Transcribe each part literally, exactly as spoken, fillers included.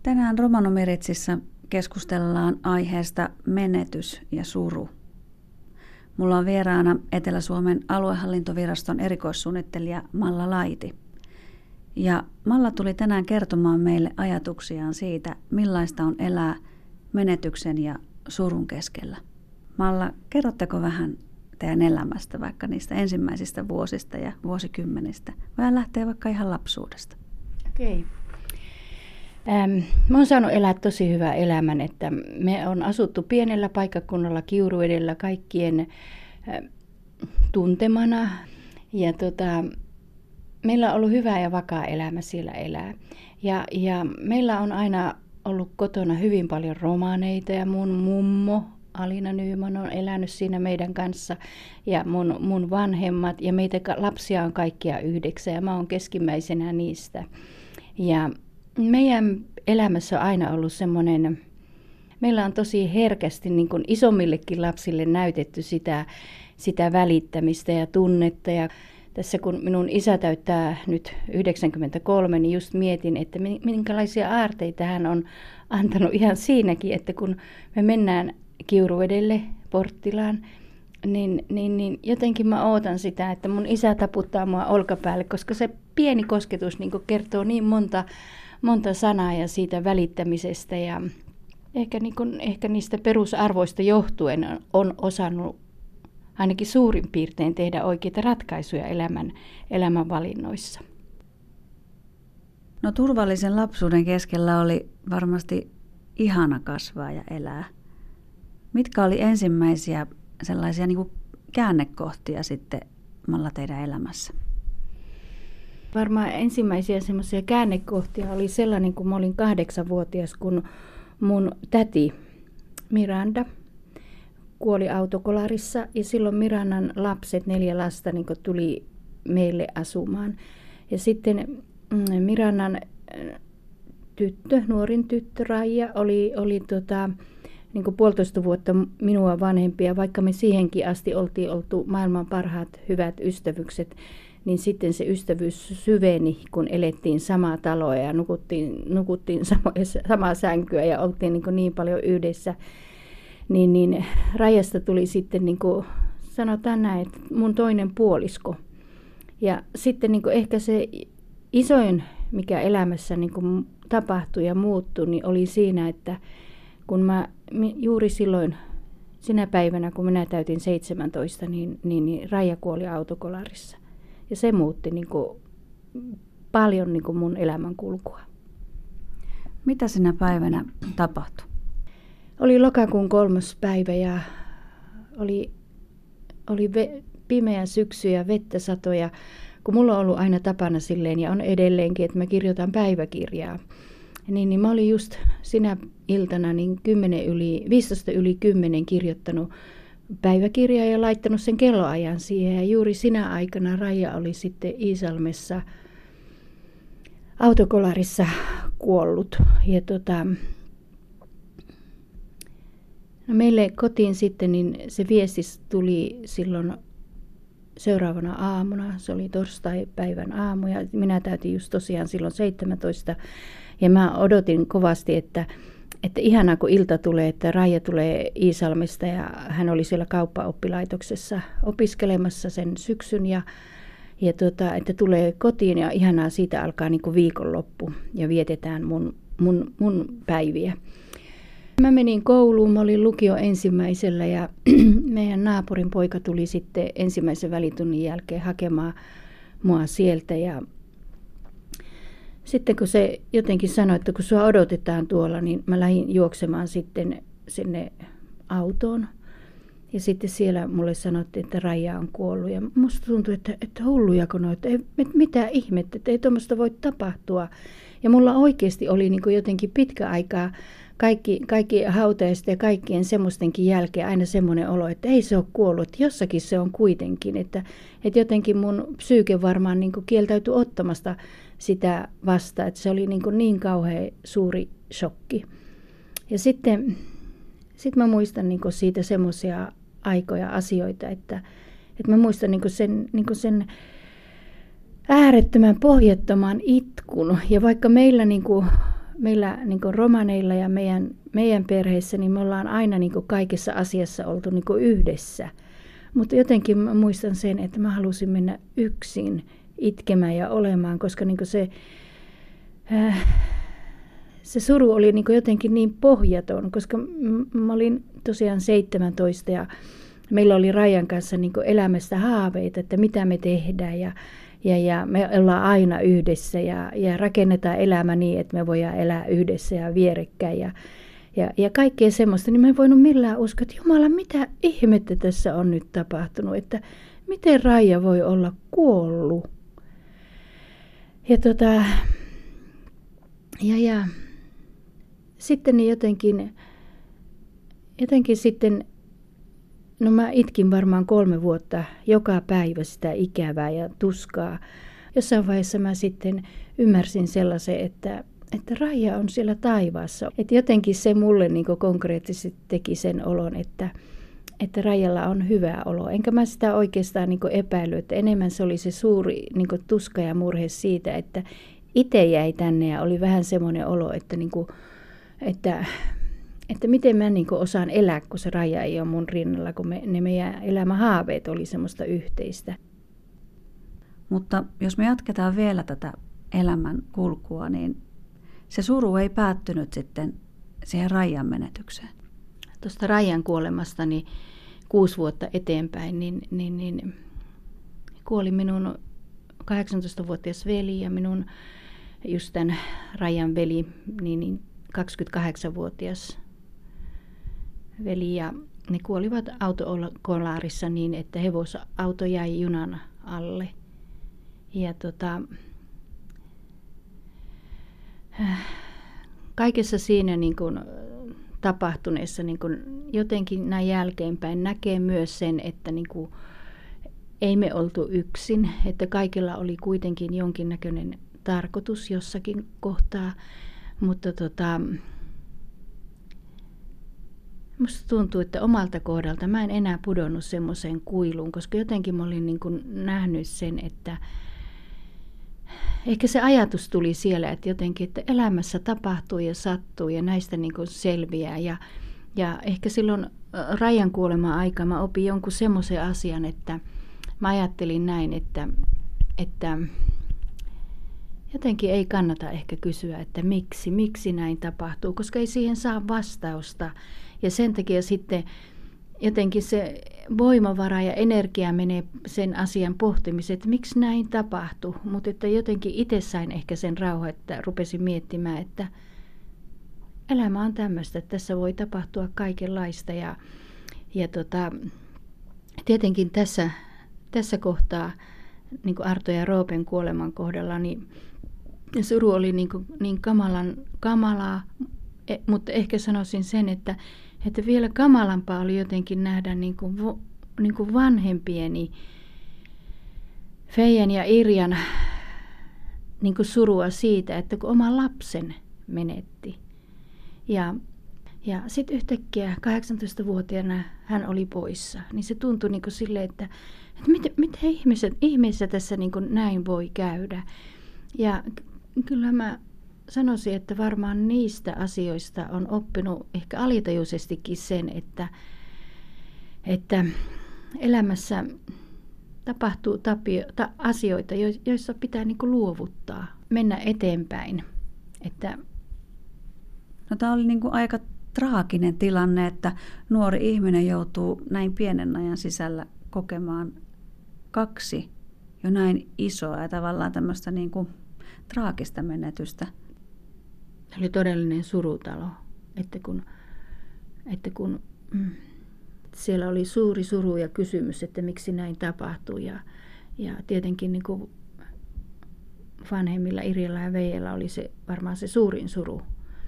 Tänään Romano Miritsissä keskustellaan aiheesta menetys ja suru. Mulla on vieraana Etelä-Suomen aluehallintoviraston erikoissuunnittelija Malla Laiti. Ja Malla tuli tänään kertomaan meille ajatuksiaan siitä, millaista on elää menetyksen ja surun keskellä. Malla, kerrotteko vähän teidän elämästä, vaikka niistä ensimmäisistä vuosista ja vuosikymmenistä, vai lähtee vaikka ihan lapsuudesta? Okei. Ähm, mä oon saanut elää tosi hyvän elämän, että me on asuttu pienellä paikkakunnalla Kiuruvedellä kaikkien äh, tuntemana. Ja tota, meillä on ollut hyvä ja vakaa elämä siellä elää. Ja, ja meillä on aina ollut kotona hyvin paljon romaaneita ja mun mummo Alina Nyman on elänyt siinä meidän kanssa ja mun, mun vanhemmat ja meitä lapsia on kaikkia yhdeksän ja mä oon keskimmäisenä niistä. Ja meidän elämässä on aina ollut semmoinen, meillä on tosi herkästi niin kuin isommillekin lapsille näytetty sitä, sitä välittämistä ja tunnetta. Ja tässä kun minun isä täyttää nyt yhdeksänkymmentäkolme, niin just mietin, että minkälaisia aarteita hän on antanut ihan siinäkin, että kun me mennään Kiuruvedelle, Porttilaan, niin, niin, niin jotenkin mä ootan sitä, että mun isä taputtaa mua olkapäälle, koska se pieni kosketus niin kuin kertoo niin monta, monta sanaa ja siitä välittämisestä. Ja ehkä, niin kuin, ehkä niistä perusarvoista johtuen on osannut ainakin suurin piirtein tehdä oikeita ratkaisuja elämän, elämän valinnoissa. No turvallisen lapsuuden keskellä oli varmasti ihana kasvaa ja elää. Mitkä oli ensimmäisiä sellaisia niin kuin käännekohtia sitten Malla teidän elämässä? Varmaan ensimmäisiä semmoisia käännekohtia oli sellainen, kun mä olin kahdeksanvuotias, kun mun täti Miranda kuoli autokolarissa. Ja silloin Mirandan lapset, neljä lasta, niin tuli meille asumaan. Ja sitten Mirandan tyttö, nuorin tyttö Raija, oli, oli tota, niin kuin puolitoista vuotta minua vanhempia, vaikka me siihenkin asti oltiin oltu maailman parhaat hyvät ystävykset, niin sitten se ystävyys syveni, kun elettiin samaa taloa ja nukuttiin, nukuttiin sama, samaa sänkyä ja oltiin niin, niin paljon yhdessä. Niin, niin Raijasta tuli sitten, niin kuin sanotaan näin, että mun toinen puolisko. Ja sitten niin kuin ehkä se isoin, mikä elämässä niin kuin tapahtui ja muuttui, niin oli siinä, että kun mä juuri silloin, sinä päivänä, kun minä täytin seitsemäntoista, niin, niin, niin Raija kuoli autokolarissa. Ja se muutti niin kuin paljon niin kuin mun elämänkulkua. Mitä sinä päivänä tapahtui? Oli lokakuun kolmas päivä ja oli, oli ve, pimeä syksy ja vettä satoja. Kun mulla on ollut aina tapana silleen ja on edelleenkin, että mä kirjoitan päiväkirjaa. Niin, niin mä olin just sinä iltana niin kymmenen yli, viisitoista yli kymmenen kirjoittanut päiväkirjaa ja laittanut sen kelloajan siihen. Ja juuri sinä aikana Raija oli sitten Iisalmessa autokolarissa kuollut. Ja tota, no meille kotiin sitten niin se viesti tuli silloin seuraavana aamuna. Se oli torstai-päivän aamu ja minä täytin just tosiaan silloin seitsemäntoista. Ja mä odotin kovasti, että, että ihanaa kun ilta tulee, että Raija tulee Iisalmesta ja hän oli siellä kauppaoppilaitoksessa opiskelemassa sen syksyn ja, ja tuota, että tulee kotiin ja ihanaa siitä alkaa niin kuin viikonloppu ja vietetään mun, mun, mun päiviä. Mä menin kouluun, mä olin lukio ensimmäisellä ja meidän naapurin poika tuli sitten ensimmäisen välitunnin jälkeen hakemaan mua sieltä ja sitten kun se jotenkin sanoi, että kun sua odotetaan tuolla, niin mä lähdin juoksemaan sitten sinne autoon. Ja sitten siellä mulle sanottiin, että Raija on kuollut. Ja musta tuntui, että, että hullujako noita, että mitä ihmettä, että ei tuommoista voi tapahtua. Ja mulla oikeasti oli niin kuin jotenkin pitkä aikaa kaikki, kaikki hautajaiset ja kaikkien semmoistenkin jälkeen aina semmoinen olo, että ei se ole kuollut, että jossakin se on kuitenkin. Että, että jotenkin mun psyyke varmaan niin kuin kieltäytyi ottamasta sitä vastaan, että se oli niin, kuin niin kauhean suuri shokki. Ja sitten sit mä muistan niin kuin siitä semmoisia aikoja, asioita, että, että mä muistan niin kuin sen, niin kuin sen äärettömän pohjattoman itkun. Ja vaikka meillä niin kuin meillä niin kuin romaneilla ja meidän, meidän perheessä, niin me ollaan aina niin kuin kaikessa asiassa oltu niin kuin yhdessä. Mutta jotenkin mä muistan sen, että mä halusin mennä yksin itkemään ja olemaan, koska niin kuin se, äh, se suru oli niin kuin jotenkin niin pohjaton, koska m- mä olin tosiaan seitsemäntoista ja meillä oli Raijan kanssa niin kuin elämästä haaveita, että mitä me tehdään ja, ja, ja me ollaan aina yhdessä ja, ja rakennetaan elämä niin, että me voidaan elää yhdessä ja vierekkäin ja, ja, ja kaikkea semmoista. Niin mä en voinut millään uskoa, että Jumala, mitä ihmettä tässä on nyt tapahtunut, että miten Raija voi olla kuollut. Ja, tota, ja, ja sitten niin jotenkin, jotenkin sitten, no mä itkin varmaan kolme vuotta joka päivä sitä ikävää ja tuskaa. Jossain vaiheessa mä sitten ymmärsin sellaisen, että, että Raija on siellä taivaassa. Että jotenkin se mulle niin kuin konkreettisesti teki sen olon, että, että Raijalla on hyvä olo. Enkä mä sitä oikeastaan niin kuin epäily, että enemmän se oli se suuri niin kuin tuska ja murhe siitä, että itse jäi tänne ja oli vähän semmoinen olo, että, niin kuin, että Että miten mä niin osaan elää, kun se Raija ei ole mun rinnalla, kun me, ne meidän elämähaaveet oli semmoista yhteistä. Mutta jos me jatketaan vielä tätä elämän kulkua, niin se suru ei päättynyt sitten siihen Raijan menetykseen. Tuosta Raijan kuolemasta niin kuusi vuotta eteenpäin, niin, niin, niin kuoli minun kahdeksantoistavuotias veli ja minun just tämän Raijan veli, niin, niin kaksikymmentäkahdeksanvuotias veli, ja ne kuolivat autokolaarissa niin, että hevosauto jäi junan alle. Ja tota, kaikessa siinä niin kuin tapahtuneessa niin kuin jotenkin näin jälkeenpäin näkee myös sen, että niin kuin ei me oltu yksin, että kaikilla oli kuitenkin jonkinnäköinen tarkoitus jossakin kohtaa, mutta tota, musta tuntuu, että omalta kohdalta mä en enää pudonnut semmoiseen kuiluun, koska jotenkin mä olin niin kuin nähnyt sen, että ehkä se ajatus tuli siellä, että jotenkin, että elämässä tapahtuu ja sattuu ja näistä niin kuin selviää. Ja, ja ehkä silloin Raijan kuoleman aikaa mä opin jonkun semmoisen asian, että mä ajattelin näin, että, että jotenkin ei kannata ehkä kysyä, että miksi, miksi näin tapahtuu, koska ei siihen saa vastausta. Ja sen takia sitten jotenkin se voimavara ja energia menee sen asian pohtimiseen, että miksi näin tapahtui. Mutta että jotenkin itse sain ehkä sen rauhan, että rupesin miettimään, että elämä on tämmöistä, että tässä voi tapahtua kaikenlaista. Ja, ja tota, tietenkin tässä, tässä kohtaa, niin kuin Arto ja Roopen kuoleman kohdalla, niin suru oli niin, kuin, niin kamalan, kamalaa, mutta ehkä sanoisin sen, että, että vielä kamalampaa oli jotenkin nähdä niin kuin, niin kuin vanhempieni Feijan ja Irjan niin kuin surua siitä, että kun oma lapsen menetti. Ja, ja sitten yhtäkkiä kahdeksantoistavuotiaana hän oli poissa, niin se tuntui niin kuin silleen, että, että miten, miten ihmiset, ihmeessä tässä niin kuin näin voi käydä. Ja kyllä mä sanoisin, että varmaan niistä asioista on oppinut ehkä alitajuisestikin sen, että, että elämässä tapahtuu tapio, ta, asioita, joissa pitää niin kuin luovuttaa, mennä eteenpäin. Että no, tämä oli niin kuin aika traaginen tilanne, että nuori ihminen joutuu näin pienen ajan sisällä kokemaan kaksi jo näin isoa ja tavallaan tämmöistä niin kuin traagista menetystä. Oli todellinen surutalo, että kun, että kun mm, siellä oli suuri suru ja kysymys, että miksi näin tapahtui. Ja, ja tietenkin niin kuin vanhemmilla Irjalla ja Veijalla oli se, varmaan se suurin suru.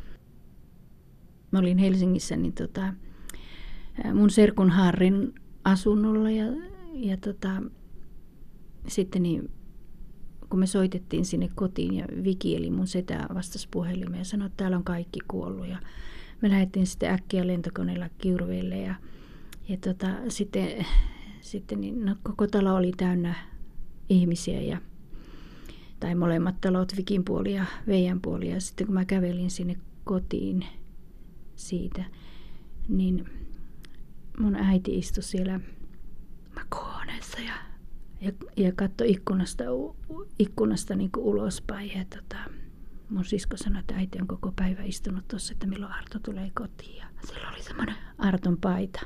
Mä olin Helsingissä niin tota, mun serkun Harrin asunnolla ja, ja tota, sitten niin, kun me soitettiin sinne kotiin ja Viki eli mun setä vastasi puhelimeen ja sanoi, että täällä on kaikki kuollut. Ja me lähdettiin sitten äkkiä lentokoneella Kiuruvedelle ja, ja tota, sitten, sitten niin, no, koko talo oli täynnä ihmisiä. Ja tai molemmat talot, Vikin puoli ja Veijan puoli. Ja sitten kun mä kävelin sinne kotiin siitä, niin mun äiti istui siellä makuuhuoneessa ja, ja, ja katsoi ikkunasta, ikkunasta niin kuin ulospäin. Ja tota, mun sisko sanoi, että äiti on koko päivä istunut tuossa, että milloin Arto tulee kotiin. Ja sillä oli semmoinen Arton paita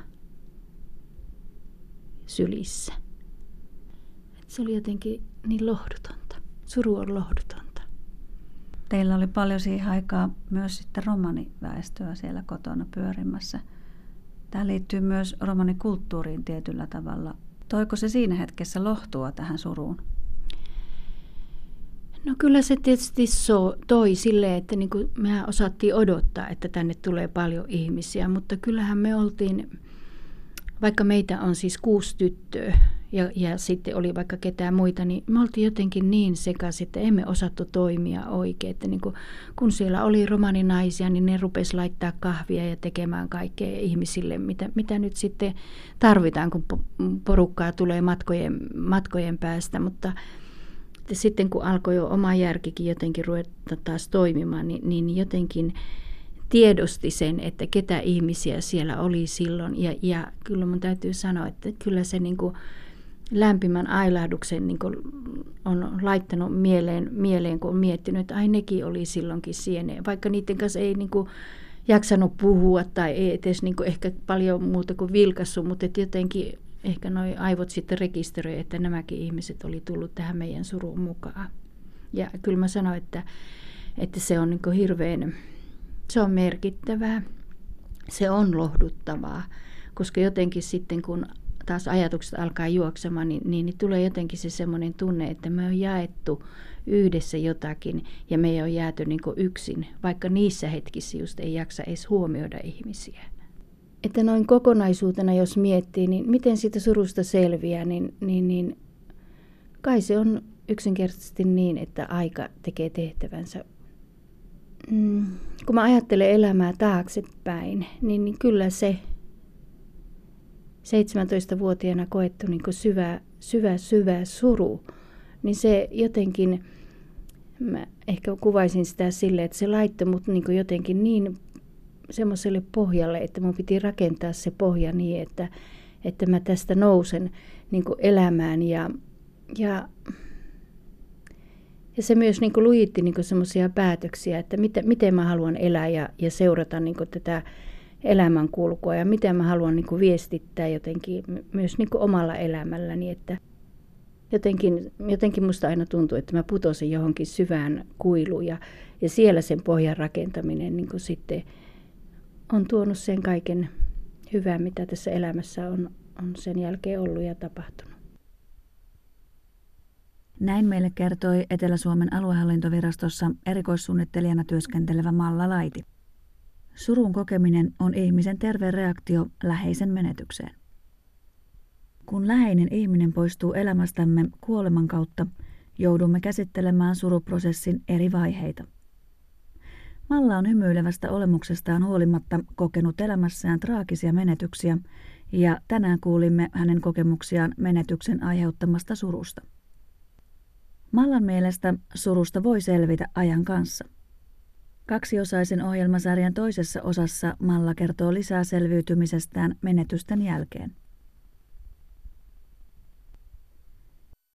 sylissä. Et se oli jotenkin niin lohdutonta. Suru on lohdutonta. Teillä oli paljon siihen aikaa myös sitten romaniväestöä siellä kotona pyörimässä. Tämä liittyy myös romanikulttuuriin tietyllä tavalla. Toiko se siinä hetkessä lohtua tähän suruun? No kyllä se tietysti so, toi silleen, että niin kuin mehän osattiin odottaa, että tänne tulee paljon ihmisiä, mutta kyllähän me oltiin, vaikka meitä on siis kuusi tyttöä ja, ja sitten oli vaikka ketään muita, niin me oltiin jotenkin niin sekaisin, että emme osattu toimia oikein. Että niin kuin, kun siellä oli romaninaisia, niin ne rupesi laittaa kahvia ja tekemään kaikkea ihmisille, mitä, mitä nyt sitten tarvitaan, kun porukkaa tulee matkojen, matkojen päästä, mutta sitten kun alkoi jo oma järkikin jotenkin ruveta taas toimimaan, niin, niin jotenkin tiedosti sen, että ketä ihmisiä siellä oli silloin. Ja, ja kyllä mun täytyy sanoa, että kyllä se niin kuin lämpimän ailahduksen niin kuin on laittanut mieleen, mieleen, kun on miettinyt, että ai nekin oli silloinkin siinä. Vaikka niiden kanssa ei niin kuin jaksanut puhua tai ei edes niin kuin ehkä paljon muuta kuin vilkassu, mutta että jotenkin ehkä noi aivot sitten rekisteröi, että nämäkin ihmiset oli tullut tähän meidän suruun mukaan. Ja kyllä mä sanoin, että, että se on niin kuin hirveän, se on merkittävää, se on lohduttavaa, koska jotenkin sitten kun taas ajatukset alkaa juoksemaan, niin, niin, niin tulee jotenkin se semmoinen tunne, että me on jaettu yhdessä jotakin ja me ei ole jääty niin kuin yksin, vaikka niissä hetkissä just ei jaksa edes huomioida ihmisiä. Että noin kokonaisuutena, jos miettii, niin miten siitä surusta selviää, niin, niin, niin kai se on yksinkertaisesti niin, että aika tekee tehtävänsä. Mm, kun mä ajattelen elämää taaksepäin, niin, niin kyllä se seitsemäntoistavuotiaana koettu niin kuin syvä, syvä, syvä suru, niin se jotenkin, mä ehkä kuvaisin sitä silleen, että se laittoi mut niin kuin jotenkin niin semmoiselle pohjalle, että mun piti rakentaa se pohja niin, että, että mä tästä nousen niin kuin elämään. Ja, ja, ja se myös niin kuin lujitti niin kuin semmoisia päätöksiä, että miten, miten mä haluan elää ja, ja seurata niin kuin tätä elämänkulkua ja miten mä haluan niin kuin viestittää jotenkin myös niin kuin omalla elämälläni. Että jotenkin, jotenkin musta aina tuntuu, että mä putosin johonkin syvään kuiluun ja, ja siellä sen pohjan rakentaminen niin kuin sitten on tuonut sen kaiken hyvän, mitä tässä elämässä on, on sen jälkeen ollut ja tapahtunut. Näin meille kertoi Etelä-Suomen aluehallintovirastossa erikoissuunnittelijana työskentelevä Malla Laiti. Surun kokeminen on ihmisen terve reaktio läheisen menetykseen. Kun läheinen ihminen poistuu elämästämme kuoleman kautta, joudumme käsittelemään suruprosessin eri vaiheita. Malla on hymyilevästä olemuksestaan huolimatta kokenut elämässään traagisia menetyksiä ja tänään kuulimme hänen kokemuksiaan menetyksen aiheuttamasta surusta. Mallan mielestä surusta voi selvitä ajan kanssa. Kaksiosaisen ohjelmasarjan toisessa osassa Malla kertoo lisää selviytymisestään menetysten jälkeen.